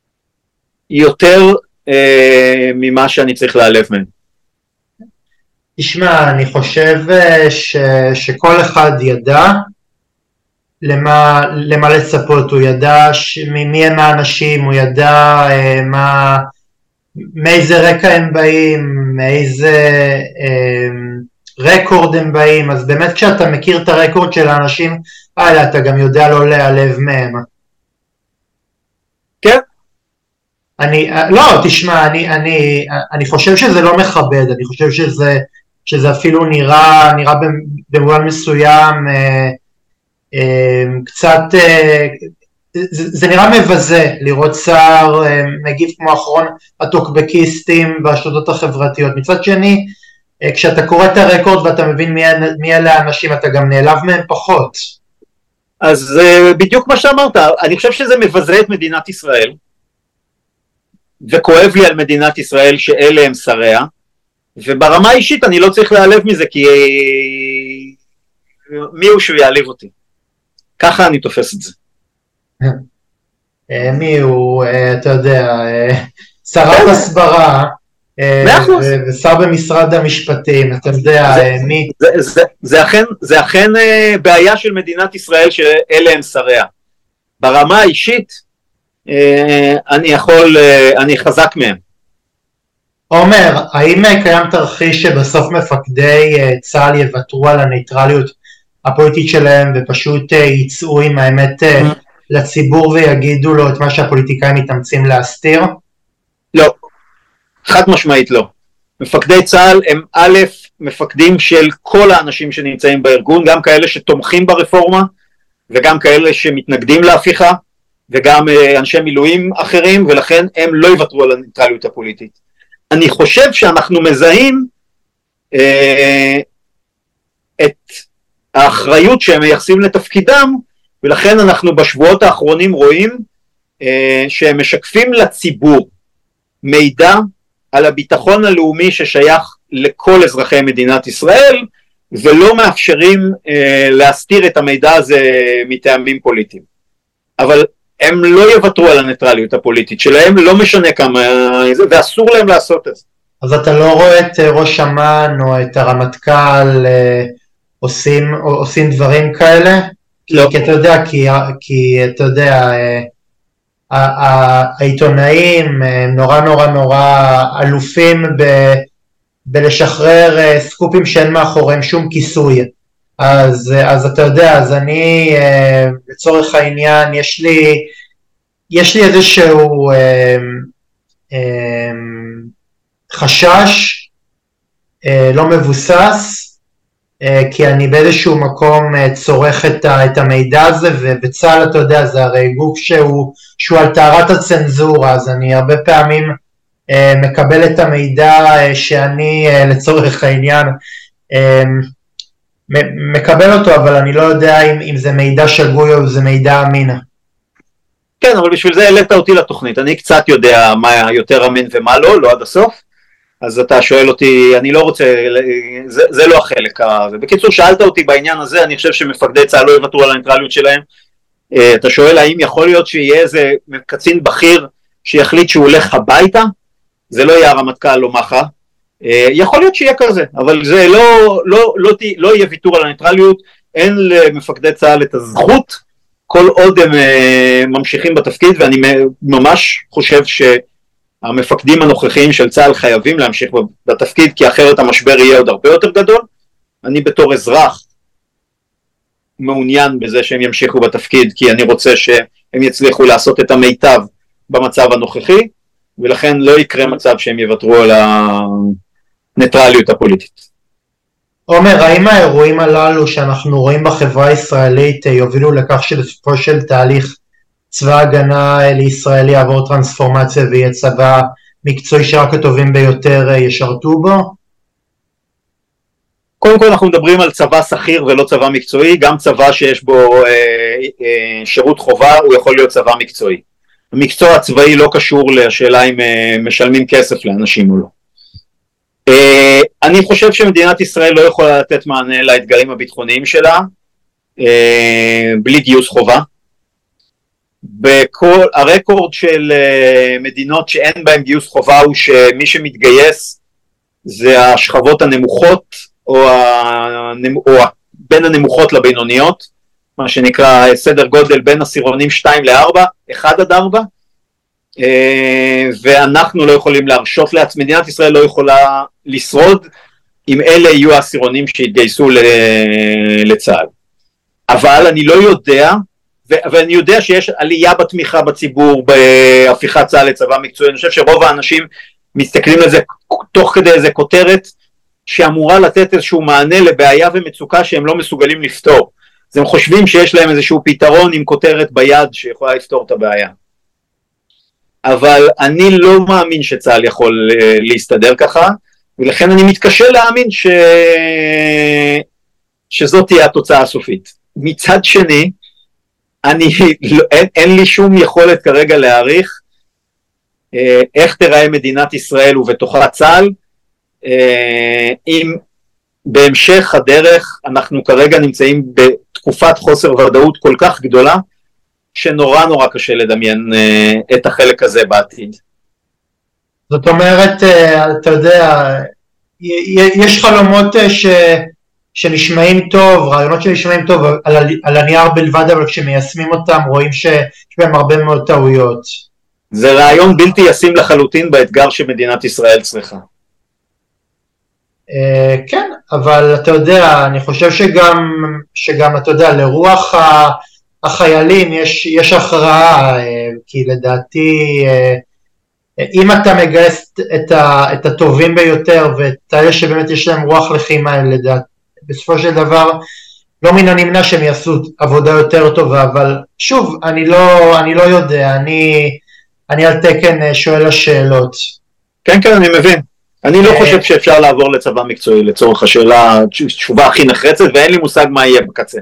יותר ממה שאני צריך להיעלב מהם. תשמע, אני חושב שכל אחד ידע למה לצפות, הוא ידע מי הם האנשים, הוא ידע מאיזה רקע הם באים, מאיזה רקורד הם באים, אז באמת כשאתה מכיר את הרקורד של האנשים האלה, אתה גם יודע לא להיעלב מהם. כן. לא, תשמע, אני חושב שזה לא מכבד, אני חושב שזה אפילו נראה במובן מסוים קצת, זה נראה מבזה לראות שר מגיב כמו אחרון הטוקבקיסטים והשלטות החברתיות. מצד שני, כשאתה קורא את הרקורד ואתה מבין מי אלה האנשים, אתה גם נעלב מהם פחות. אז בדיוק מה שאמרת, אני חושב שזה מבזה את מדינת ישראל, וכואב לי על מדינת ישראל שאלה הם שריה, וברמה האישית אני לא צריך להיעלב מזה, כי מי הוא שהוא יעליב אותי? ככה אני תופס את זה. מי הוא, אתה יודע, שרת הסברה, ושר במשרד המשפטים, אתה יודע, מי... זה אכן בעיה של מדינת ישראל שאלה הם שריה. ברמה האישית, אני חזק מהם. עומר, האם קיים תרחיש שבסוף מפקדי צה"ל יוותרו על הניטרליות הפוליטית שלהם ופשוט ייצאו עם האמת לציבור ויגידו לו את מה שהפוליטיקאים מתאמצים להסתיר? לא, חד משמעית לא. מפקדי צה"ל הם א', מפקדים של כל האנשים שנמצאים בארגון, גם כאלה שתומכים ברפורמה וגם כאלה שמתנגדים להפיכה וגם אנשי מילואים אחרים, ולכן הם לא יוותרו על הניטרליות הפוליטית. אני חושב שאנחנו מזהים את האחריות שהם מייחסים לתפקידם, ולכן אנחנו בשבועות האחרונים רואים שהם משקפים לציבור מידע על הביטחון הלאומי ששייך לכל אזרחי מדינת ישראל, ולא מאפשרים להסתיר את המידע הזה מטעמים פוליטיים. אבל הם לא יוותרו על הניטרליות הפוליטית שלהם, לא משנה כמה זה, ואסור להם לעשות את זה. אז אתה לא רואה את ראש אמ"ן או את הרמטכ"ל עושים דברים כאלה? לא. כי אתה יודע, העיתונאים נורא נורא נורא אלופים בלשחרר סקופים שאין מאחוריהם שום כיסוי. אז אתה יודע, אז אני לצורך העניין, יש לי איזשהו חשש לא מבוסס, כי אני באיזשהו מקום צורך את המידע הזה, ובצה"ל אתה יודע, זה הרי גוף שהוא על טהרת הצנזורה, אז אני הרבה פעמים מקבל את המידע שאני לצורך העניין מקבל אותו, אבל אני לא יודע אם זה מידע שגוי או זה מידע אמין. כן, אבל בשביל זה העלית אותי לתוכנית, אני קצת יודע מה יותר אמין ומה לא, לא עד הסוף, אז אתה שואל אותי, אני לא רוצה, זה לא החלק. בקיצור, שאלת אותי בעניין הזה, אני חושב שמפקדי צה"ל לא יוותרו על הניטרליות שלהם. אתה שואל האם יכול להיות שיהיה איזה קצין בכיר שיחליט שהוא הולך הביתה, זה לא יהיה הרמטכ"ל או מח"א, יכול להיות שיהיה כזה, אבל זה לא יהיה ויתור על הניטרליות, אין למפקדי צה"ל את הזכות, כל עוד הם ממשיכים בתפקיד, ואני ממש חושב שהמפקדים הנוכחיים של צה"ל חייבים להמשיך בתפקיד, כי אחרת המשבר יהיה עוד הרבה יותר גדול. אני בתור אזרח מעוניין בזה שהם ימשיכו בתפקיד, כי אני רוצה שהם יצליחו לעשות את המיטב במצב הנוכחי, ולכן לא יקרה מצב שהם יוותרו על הניטרליות הפוליטית. עומר, האם האירועים הללו שאנחנו רואים בחברה הישראלית יובילו לכך שבסופו של תהליך צבא הגנה לישראל יעבור טרנספורמציה ויהיה צבא מקצועי שרק הטובים ביותר ישרתו בו? קודם כל אנחנו מדברים על צבא שכיר ולא צבא מקצועי, גם צבא שיש בו שירות חובה הוא יכול להיות צבא מקצועי. המקצוע הצבאי לא קשור לשאלה אם משלמים כסף לאנשים או לא. אני חושב שמדינת ישראל לא יכולה לתת מענה לאתגרים הביטחוניים שלה בלי גיוס חובה. הרקורד של מדינות שאין בהן גיוס חובה הוא שמי שמתגייס זה השכבות הנמוכות, או בין הנמוכות לבינוניות, מה שנקרא סדר גודל בין עשירונים 2 ל-4, 1 עד 4, ואנחנו לא יכולים להרשות לעצמנו, מדינת ישראל לא יכולה לשרוד, אם אלה יהיו העשירונים שהתגייסו לצה"ל. אבל אני לא יודע, ואני יודע שיש עלייה בתמיכה בציבור, בהפיכת צה"ל לצבא מקצועי, אני חושב שרוב האנשים מסתכלים על זה תוך כדי איזה כותרת, שאמורה לתת איזשהו מענה לבעיה ומצוקה שהם לא מסוגלים לפתור. אז הם חושבים שיש להם איזשהו פתרון עם כותרת ביד שיכולה לפתור את הבעיה. אבל אני לא מאמין שצה"ל יכול להסתדר ככה, ולכן אני מתקשה להאמין שזאת תהיה התוצאה הסופית. מצד שני, אין לי שום יכולת כרגע להעריך איך תראה מדינת ישראל ובתוכה צה"ל, אם בהמשך הדרך אנחנו כרגע נמצאים בתקופת חוסר ודאות כל כך גדולה, שנורא נורא קשה לדמיין את החלק הזה בעתיד. זאת אומרת, אתה יודע, יש חלומות שנשמעים טוב, רעיונות שנשמעים טוב על הנייר בלבד, אבל כשמיישמים אותם רואים שיש בהם הרבה מאוד טעויות. זה רעיון בלתי ישים לחלוטין באתגר שמדינת ישראל צריכה. כן, אבל אתה יודע, אני חושב שגם אתה יודע, לרוח החיילים יש הכרעה, כי לדעתי, אם אתה מגייס את הטובים ביותר, ואת אלה שבאמת יש להם רוח לחימה, בסופו של דבר, לא מן הנמנע שהם יעשו עבודה יותר טובה, אבל שוב, אני לא יודע, אני על תקן שואל השאלות. כן, כן, אני מבין. אני לא חושב שאפשר לעבור לצבא מקצועי, לצורך השאלה, תשובה הכי נחרצת, ואין לי מושג מה יהיה בקצה.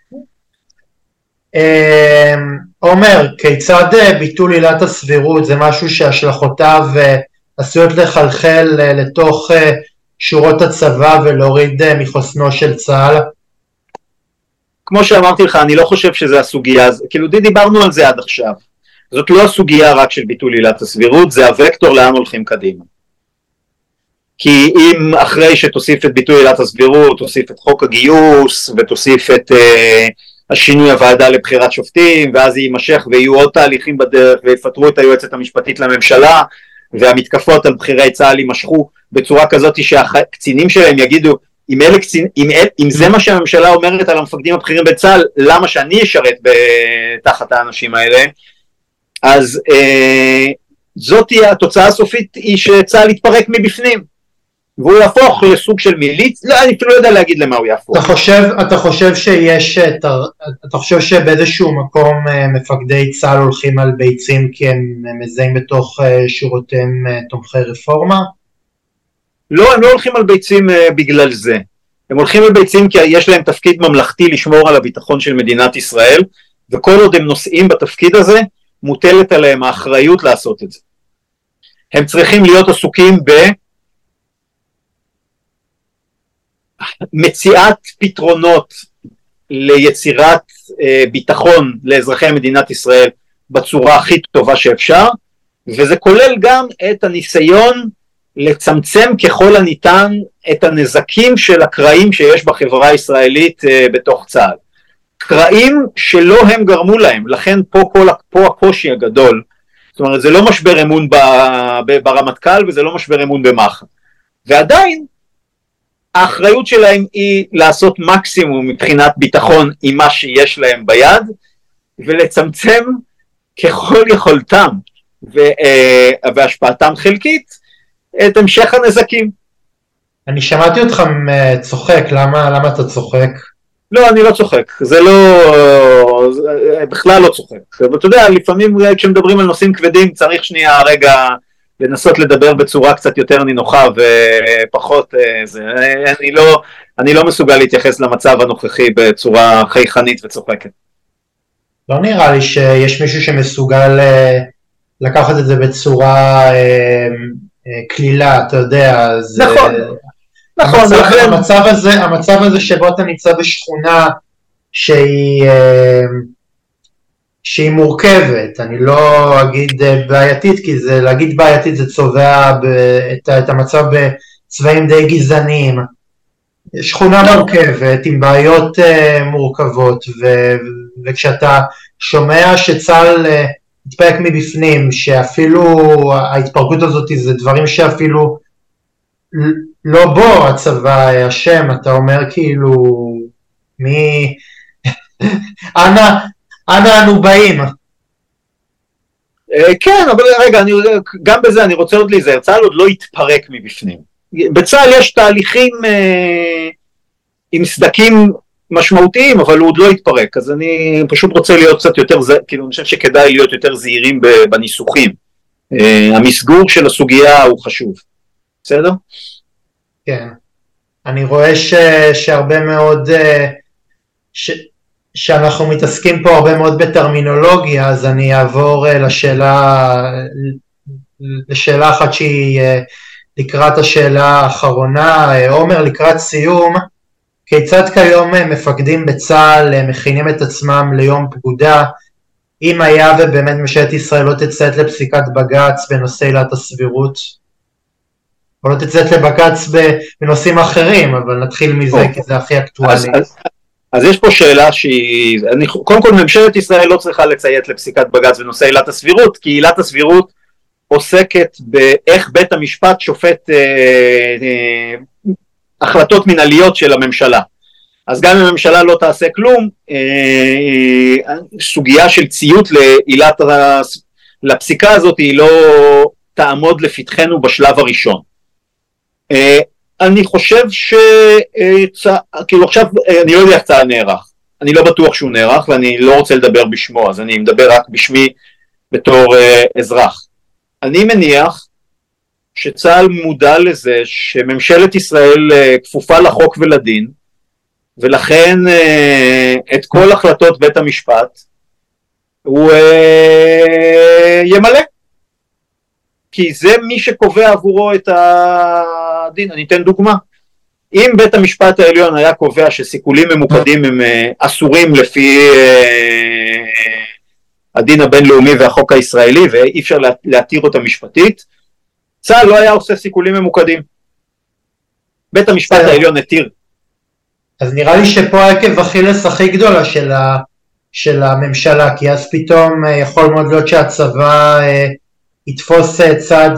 עומר, כיצד ביטול עילת הסבירות, זה משהו שהשלכותיו עשויות לחלחל לתוך שורות הצבא ולהוריד מחוסנו של צה"ל? כמו שאמרתי לך, אני לא חושב שזה הסוגיה, כאילו דיברנו על זה עד עכשיו. זאת לא הסוגיה רק של ביטול עילת הסבירות, זה הוקטור לאן הולכים קדימה. כי אם אחרי שתוסיף את ביטול עילת הסבירות, תוסיף את חוק הגיוס, ותוסיף את השינוי הוועדה לבחירת שופטים, ואז זה יימשך ויהיו עוד תהליכים בדרך, ויפטרו את היועצת המשפטית לממשלה, והמתקפות על בחירי צה"ל יימשכו בצורה כזאת שהקצינים שלהם יגידו, אם זה מה שהממשלה אומרת על המפקדים הבכירים בצה"ל, למה שאני אשרת תחת האנשים האלה? אז זאת תהיה התוצאה הסופית, היא שצה"ל יתפרק מבפנים, והוא יהפוך לסוג של מיליץ, לא, אני אפילו לא יודע להגיד למה הוא יהפוך. אתה חושב שבאיזשהו מקום מפקדי צה"ל הולכים על ביצים כי הם מזהים בתוך שורותיהם תומכי רפורמה? לא, הם לא הולכים על ביצים בגלל זה. הם הולכים על ביצים כי יש להם תפקיד ממלכתי לשמור על הביטחון של מדינת ישראל, וכל עוד הם נושאים בתפקיד הזה, מוטלת עליהם האחריות לעשות את זה. הם צריכים להיות עסוקים במציאת פתרונות ליצירת ביטחון לאזרחי מדינת ישראל בצורה הכי טובה שאפשר, וזה כולל גם את הניסיון לצמצם ככל הניתן את הנזקים של הקרעים שיש בחברה הישראלית בתוך צה"ל. קרעים שלא הם גרמו להם, לכן פה הקושי הגדול. זאת אומרת, זה לא משבר אמון ברמטכ"ל וזה לא משבר אמון במח"א. ועדיין, האחריות שלהם היא לעשות מקסימום מבחינת ביטחון עם מה שיש להם ביד, ולצמצם ככל יכולתם והשפעתם חלקית את המשך הנזקים. אני שמעתי אותך צוחק, למה אתה צוחק? לא, אני לא צוחק, זה לא, בכלל לא צוחק. ואתה יודע, לפעמים כשמדברים על נושאים כבדים צריך שנייה רגע לנסות לדבר בצורה קצת יותר נינוחה ופחות, אני לא מסוגל להתייחס למצב הנוכחי בצורה חייכנית וצוחקת. לא נראה לי שיש מישהו שמסוגל לקחת את זה בצורה כלילה, אתה יודע. נכון. נכון, המצב הזה שבו אתה נמצא בשכונה שהיא מורכבת, אני לא אגיד בעייתית, כי להגיד בעייתית זה צובע את המצב צבעים די גזעניים. שכונה מורכבת עם בעיות מורכבות, וכשאתה שומע שצה"ל התפרק מבפנים, שאפילו ההתפרקות הזאת זה דברים שאפילו לא בו הצבא אשם, אתה אומר כאילו מי אנה אנו באים. כן, אבל רגע, גם בזה אני רוצה עוד להיזהר, צה"ל עוד לא התפרק מבפנים. בצה"ל יש תהליכים עם סדקים משמעותיים, אבל הוא עוד לא התפרק, אז אני פשוט רוצה להיות קצת יותר, כאילו אני חושב שכדאי להיות יותר זהירים בניסוחים. המסגור של הסוגיה הוא חשוב. בסדר? כן. אני רואה שהרבה מאוד, שאנחנו מתעסקים פה הרבה מאוד בטרמינולוגיה, אז אני אעבור לשאלה אחת שהיא לקראת השאלה האחרונה. עומר, לקראת סיום, כיצד כיום מפקדים בצה"ל מכינים את עצמם ליום פקודה, אם היה ובאמת ממשלת ישראל לא תצאת לפסיקת בג"ץ בנושא עילת הסבירות, או לא תצאת לבג"ץ בנושאים אחרים, אבל נתחיל מזה כי זה הכי אקטואלי. אז יש פה שאלה קודם כל ממשלת ישראל לא צריכה לציית לפסיקת בג"ץ בנושא עילת הסבירות, כי עילת הסבירות עוסקת באיך בית המשפט שופט החלטות מנהליות של הממשלה. אז גם אם הממשלה לא תעשה כלום, סוגיה של ציות לפסיקה הזאת היא לא תעמוד לפתחנו בשלב הראשון. אני חושב כאילו עכשיו אני לא יודע איך צה"ל נערך, אני לא בטוח שהוא נערך ואני לא רוצה לדבר בשמו, אז אני מדבר רק בשמי בתור אזרח. אני מניח שצה"ל מודע לזה שממשלת ישראל כפופה לחוק ולדין, ולכן את כל החלטות בית המשפט הוא ימלא, כי זה מי שקובע עבורו את הדין. אני אתן דוגמה, אם בית המשפט העליון היה קובע שסיכולים ממוקדים הם אסורים לפי הדין הבינלאומי והחוק הישראלי ואי אפשר להתיר אותה משפטית, צה"ל לא היה עושה סיכולים ממוקדים, בית המשפט העליון התיר. אז נראה לי שפה עקב אכילס הכי גדולה של הממשלה, כי אז פתאום יכול מאוד להיות שהצבא יתפוס צד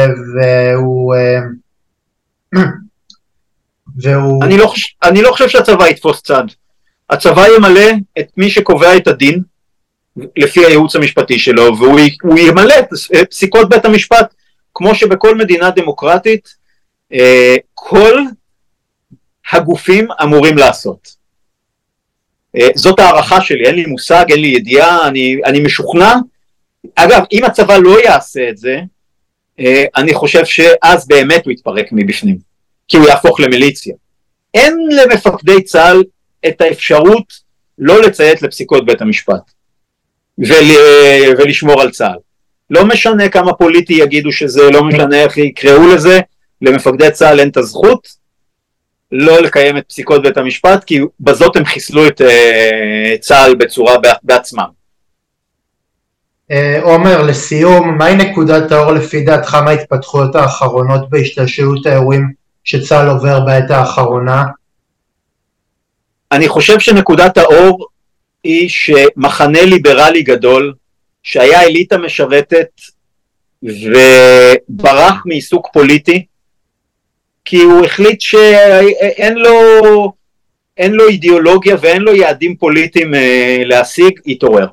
אני לא חושב שהצבא יתפוס צד, הצבא ימלא את מי שקובע את הדין לפי הייעוץ המשפטי שלו, והוא ימלא את פסיקות בית המשפט, כמו שבכל מדינה דמוקרטית כל הגופים אמורים לעשות. זאת הערכה שלי, אין לי מושג, אין לי ידיעה, אני משוכנע. אגב, אם הצבא לא יעשה את זה, אני חושב שאז באמת הוא יתפרק מבפנים, כי הוא יהפוך למיליציה. אין למפקדי צה"ל את האפשרות לא לציית לפסיקות בית המשפט, ולשמור על צה"ל. לא משנה כמה פוליטי יגידו שזה, לא משנה איך יקראו לזה, למפקדי צה"ל אין את הזכות לא לקיים את פסיקות בית המשפט, כי בזאת הם חיסלו את צה"ל בצורה בעצמם. עומר, לסיום, מהי נקודת האור לפי דעתך מההתפתחויות האחרונות בהשתלשלות האירועים שצה"ל עובר בעת האחרונה? אני חושב שנקודת האור היא שמחנה ליברלי גדול, שהיה אליטה משרתת וברח מעיסוק פוליטי, כי הוא החליט שאין לו אידיאולוגיה ואין לו יעדים פוליטיים להשיג, התעורר.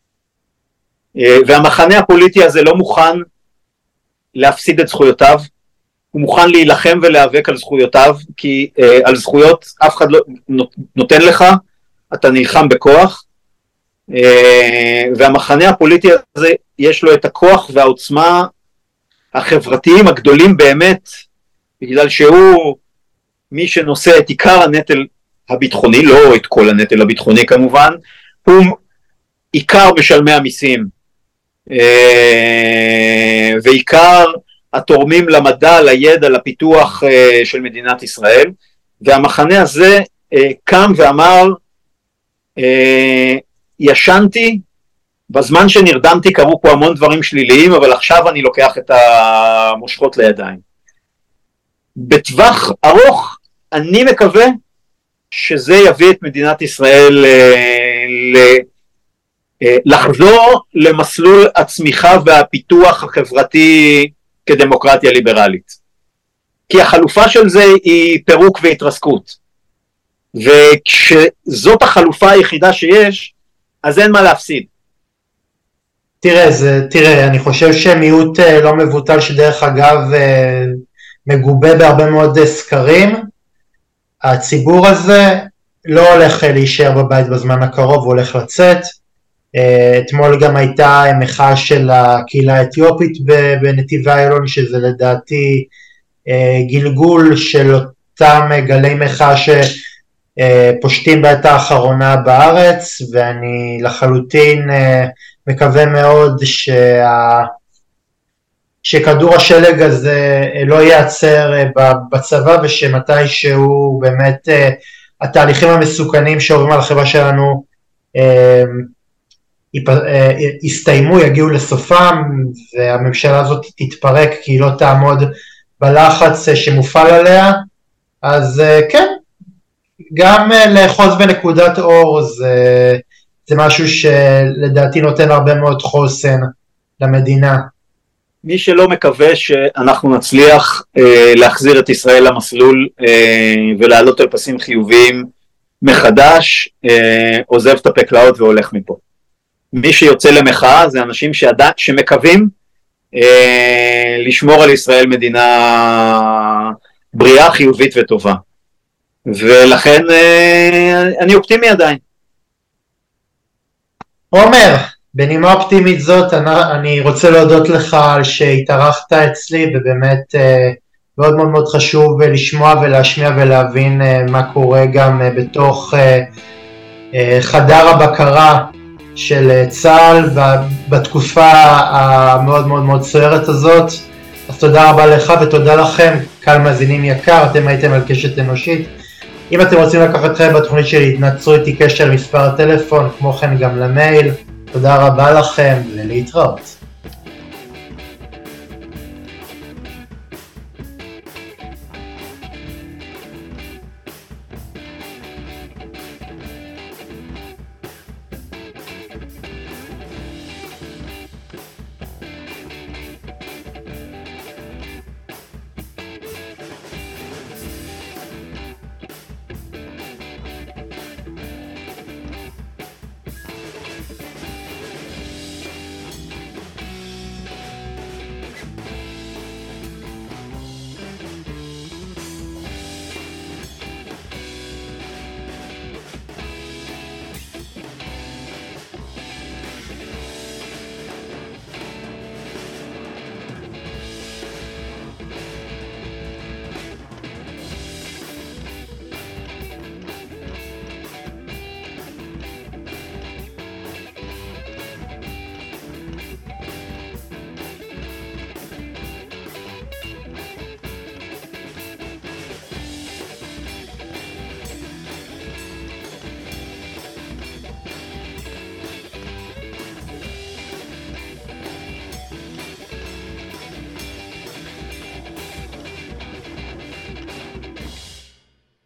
והמחנה הפוליטי הזה לא מוכן להפסיד את זכויותיו, הוא מוכן להילחם ולהיאבק על זכויותיו, כי על זכויות אף אחד לא נותן לך, אתה נלחם בכוח, והמחנה הפוליטי הזה יש לו את הכוח והעוצמה החברתיים הגדולים באמת, בגלל שהוא מי שנושא את עיקר הנטל הביטחוני, לא את כל הנטל הביטחוני כמובן, הוא עיקר משלמי המיסים, ועיקר התורמים למדע, לידע, לפיתוח של מדינת ישראל, והמחנה הזה קם ואמר, ישנתי, בזמן שנרדמתי קרו פה המון דברים שליליים, אבל עכשיו אני לוקח את המושכות לידיים. בטווח ארוך אני מקווה שזה יביא את מדינת ישראל לחזור למסלול הצמיחה והפיתוח החברתי כדמוקרטיה ליברלית. כי החלופה של זה היא פירוק והתרסקות. וכשזאת החלופה היחידה שיש, אז אין מה להפסיד. תראה, אני חושב שמיעוט לא מבוטל שדרך אגב מגובה בהרבה מאוד סקרים, הציבור הזה לא הולך להישאר בבית בזמן הקרוב, הוא הולך לצאת. אתמול גם הייתה מחאה של הקהילה האתיופית בנתיבי איילון, שזה לדעתי גלגול של אותם גלי מחאה שפושטים בעת האחרונה בארץ, ואני לחלוטין מקווה מאוד שכדור השלג הזה לא ייעצר בצבא, ושמתי שהוא באמת התהליכים המסוכנים שעוברים על החברה שלנו יסתיימו, יגיעו לסופם, והממשלה הזאת תתפרק כי היא לא תעמוד בלחץ שמופעל עליה. אז כן, גם לאחוז בנקודת אור זה משהו שלדעתי נותן הרבה מאוד חוסן למדינה. מי שלא מקווה שאנחנו נצליח להחזיר את ישראל למסלול ולעלות על פסים חיוביים מחדש, עוזב את הפקלאות והולך מפה. מי שיוצא למחאה זה אנשים שמקווים לשמור על ישראל מדינה בריאה, חיובית וטובה. ולכן אני אופטימי עדיין. עומר, בנימה אופטימית זאת, אני רוצה להודות לך על שהתארחת אצלי, ובאמת מאוד מאוד מאוד חשוב לשמוע ולהשמיע ולהבין מה קורה גם בתוך חדר הבקרה של צה"ל בתקופה המאוד מאוד מאוד סוערת הזאת. אז תודה רבה לך ותודה לכם, קהל מאזינים יקר, אתם הייתם על קשת אנושית. אם אתם רוצים לקחת אתכם בתוכנית שלי, תנצרו איתי קשר למספר הטלפון, כמו כן גם למייל. תודה רבה לכם ולהתראות.